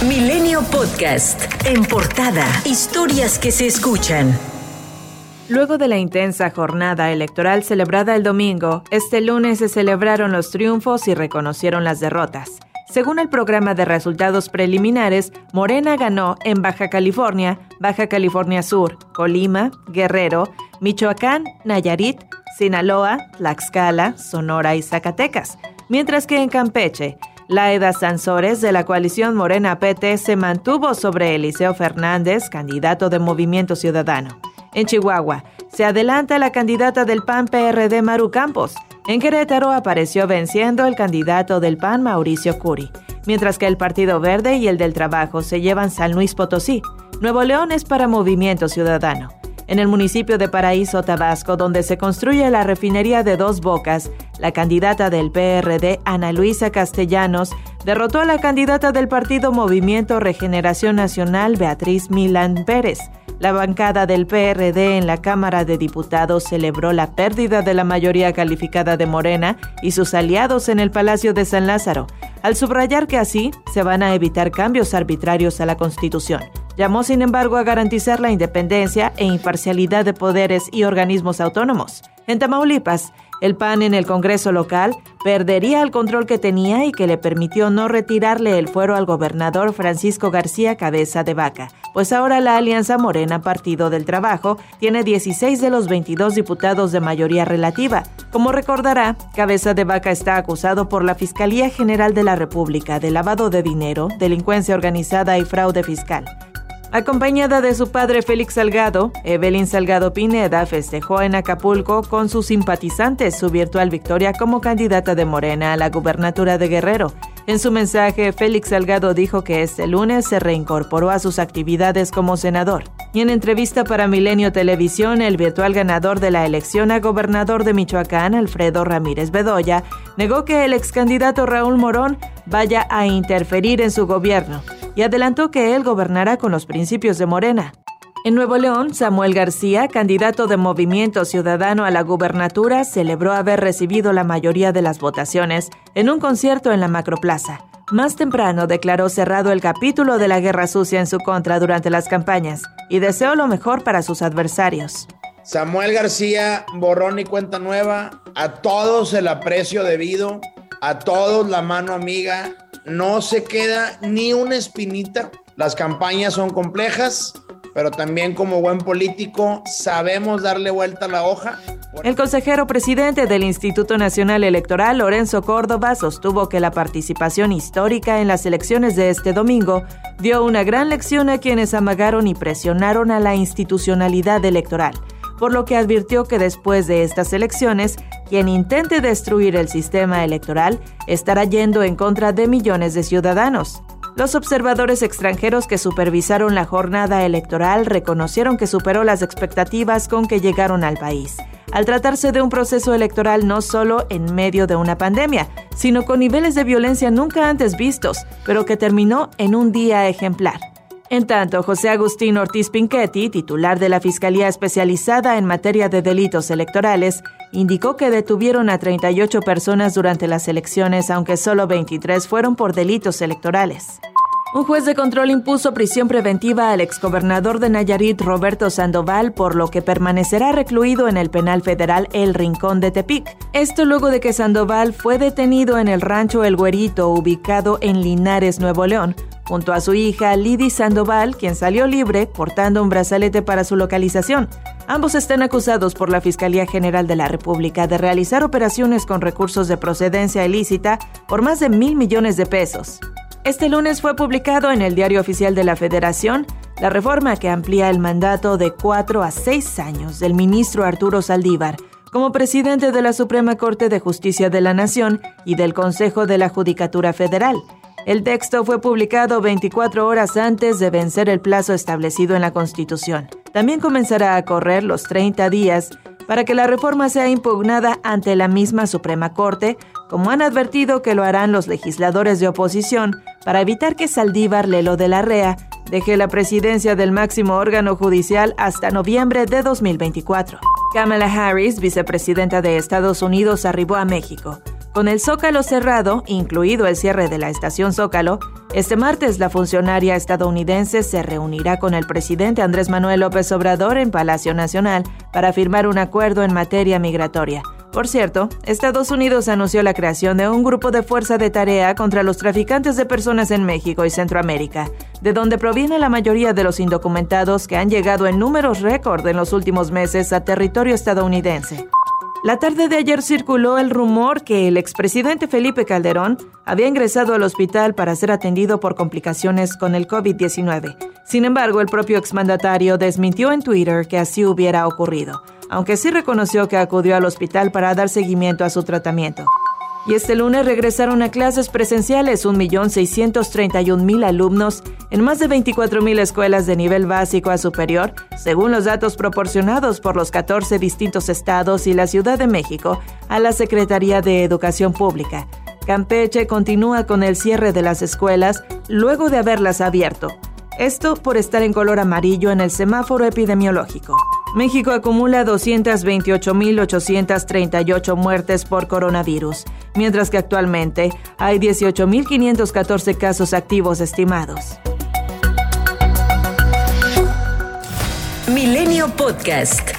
Milenio Podcast. En portada, historias que se escuchan. Luego de la intensa jornada electoral celebrada el domingo, este lunes se celebraron los triunfos y reconocieron las derrotas. Según el programa de resultados preliminares, Morena ganó en Baja California Sur, Colima, Guerrero, Michoacán, Nayarit, Sinaloa, Tlaxcala, Sonora y Zacatecas, mientras que en Campeche, Laida Sansores de la coalición Morena-PT se mantuvo sobre Eliseo Fernández, candidato de Movimiento Ciudadano. En Chihuahua, se adelanta la candidata del PAN-PRD Maru Campos. En Querétaro apareció venciendo el candidato del PAN Mauricio Curi, mientras que el Partido Verde y el del Trabajo se llevan San Luis Potosí. Nuevo León es para Movimiento Ciudadano. En el municipio de Paraíso, Tabasco, donde se construye la refinería de Dos Bocas, la candidata del PRD, Ana Luisa Castellanos, derrotó a la candidata del partido Movimiento Regeneración Nacional, Beatriz Milán Pérez. La bancada del PRD en la Cámara de Diputados celebró la pérdida de la mayoría calificada de Morena y sus aliados en el Palacio de San Lázaro, al subrayar que así se van a evitar cambios arbitrarios a la Constitución. Llamó, sin embargo, a garantizar la independencia e imparcialidad de poderes y organismos autónomos. En Tamaulipas, el PAN en el Congreso local perdería el control que tenía y que le permitió no retirarle el fuero al gobernador Francisco García Cabeza de Vaca, pues ahora la Alianza Morena Partido del Trabajo tiene 16 de los 22 diputados de mayoría relativa. Como recordará, Cabeza de Vaca está acusado por la Fiscalía General de la República de lavado de dinero, delincuencia organizada y fraude fiscal. Acompañada de su padre Félix Salgado, Evelyn Salgado Pineda festejó en Acapulco con sus simpatizantes su virtual victoria como candidata de Morena a la gubernatura de Guerrero. En su mensaje, Félix Salgado dijo que este lunes se reincorporó a sus actividades como senador. Y en entrevista para Milenio Televisión, el virtual ganador de la elección a gobernador de Michoacán, Alfredo Ramírez Bedoya, negó que el excandidato Raúl Morón vaya a interferir en su gobierno y adelantó que él gobernará con los principios de Morena. En Nuevo León, Samuel García, candidato de Movimiento Ciudadano a la gubernatura, celebró haber recibido la mayoría de las votaciones en un concierto en la Macroplaza. Más temprano declaró cerrado el capítulo de la guerra sucia en su contra durante las campañas y deseó lo mejor para sus adversarios. Samuel García, borrón y cuenta nueva, a todos el aprecio debido, a todos la mano amiga, no se queda ni una espinita. Las campañas son complejas, pero también como buen político sabemos darle vuelta a la hoja. El consejero presidente del Instituto Nacional Electoral, Lorenzo Córdoba, sostuvo que la participación histórica en las elecciones de este domingo dio una gran lección a quienes amagaron y presionaron a la institucionalidad electoral, por lo que advirtió que después de estas elecciones, quien intente destruir el sistema electoral estará yendo en contra de millones de ciudadanos. Los observadores extranjeros que supervisaron la jornada electoral reconocieron que superó las expectativas con que llegaron al país, al tratarse de un proceso electoral no solo en medio de una pandemia, sino con niveles de violencia nunca antes vistos, pero que terminó en un día ejemplar. En tanto, José Agustín Ortiz Pinchetti, titular de la Fiscalía Especializada en Materia de Delitos Electorales, indicó que detuvieron a 38 personas durante las elecciones, aunque solo 23 fueron por delitos electorales. Un juez de control impuso prisión preventiva al exgobernador de Nayarit, Roberto Sandoval, por lo que permanecerá recluido en el penal federal El Rincón de Tepic. Esto luego de que Sandoval fue detenido en el rancho El Güerito, ubicado en Linares, Nuevo León, junto a su hija Lidy Sandoval, quien salió libre portando un brazalete para su localización. Ambos están acusados por la Fiscalía General de la República de realizar operaciones con recursos de procedencia ilícita por más de 1,000 millones de pesos. Este lunes fue publicado en el Diario Oficial de la Federación la reforma que amplía el mandato de 4 a 6 años del ministro Arturo Saldívar como presidente de la Suprema Corte de Justicia de la Nación y del Consejo de la Judicatura Federal. El texto fue publicado 24 horas antes de vencer el plazo establecido en la Constitución. También comenzará a correr los 30 días para que la reforma sea impugnada ante la misma Suprema Corte, como han advertido que lo harán los legisladores de oposición, para evitar que Saldívar Lelo de la Rea deje la presidencia del máximo órgano judicial hasta noviembre de 2024. Kamala Harris, vicepresidenta de Estados Unidos, arribó a México. Con el Zócalo cerrado, incluido el cierre de la estación Zócalo, este martes la funcionaria estadounidense se reunirá con el presidente Andrés Manuel López Obrador en Palacio Nacional para firmar un acuerdo en materia migratoria. Por cierto, Estados Unidos anunció la creación de un grupo de fuerza de tarea contra los traficantes de personas en México y Centroamérica, de donde proviene la mayoría de los indocumentados que han llegado en números récord en los últimos meses a territorio estadounidense. La tarde de ayer circuló el rumor que el expresidente Felipe Calderón había ingresado al hospital para ser atendido por complicaciones con el COVID-19. Sin embargo, el propio exmandatario desmintió en Twitter que así hubiera ocurrido, aunque sí reconoció que acudió al hospital para dar seguimiento a su tratamiento. Y este lunes regresaron a clases presenciales 1.631.000 alumnos en más de 24.000 escuelas de nivel básico a superior, según los datos proporcionados por los 14 distintos estados y la Ciudad de México a la Secretaría de Educación Pública. Campeche continúa con el cierre de las escuelas luego de haberlas abierto. Esto por estar en color amarillo en el semáforo epidemiológico. México acumula 228.838 muertes por coronavirus, mientras que actualmente hay 18.514 casos activos estimados. Milenio Podcast.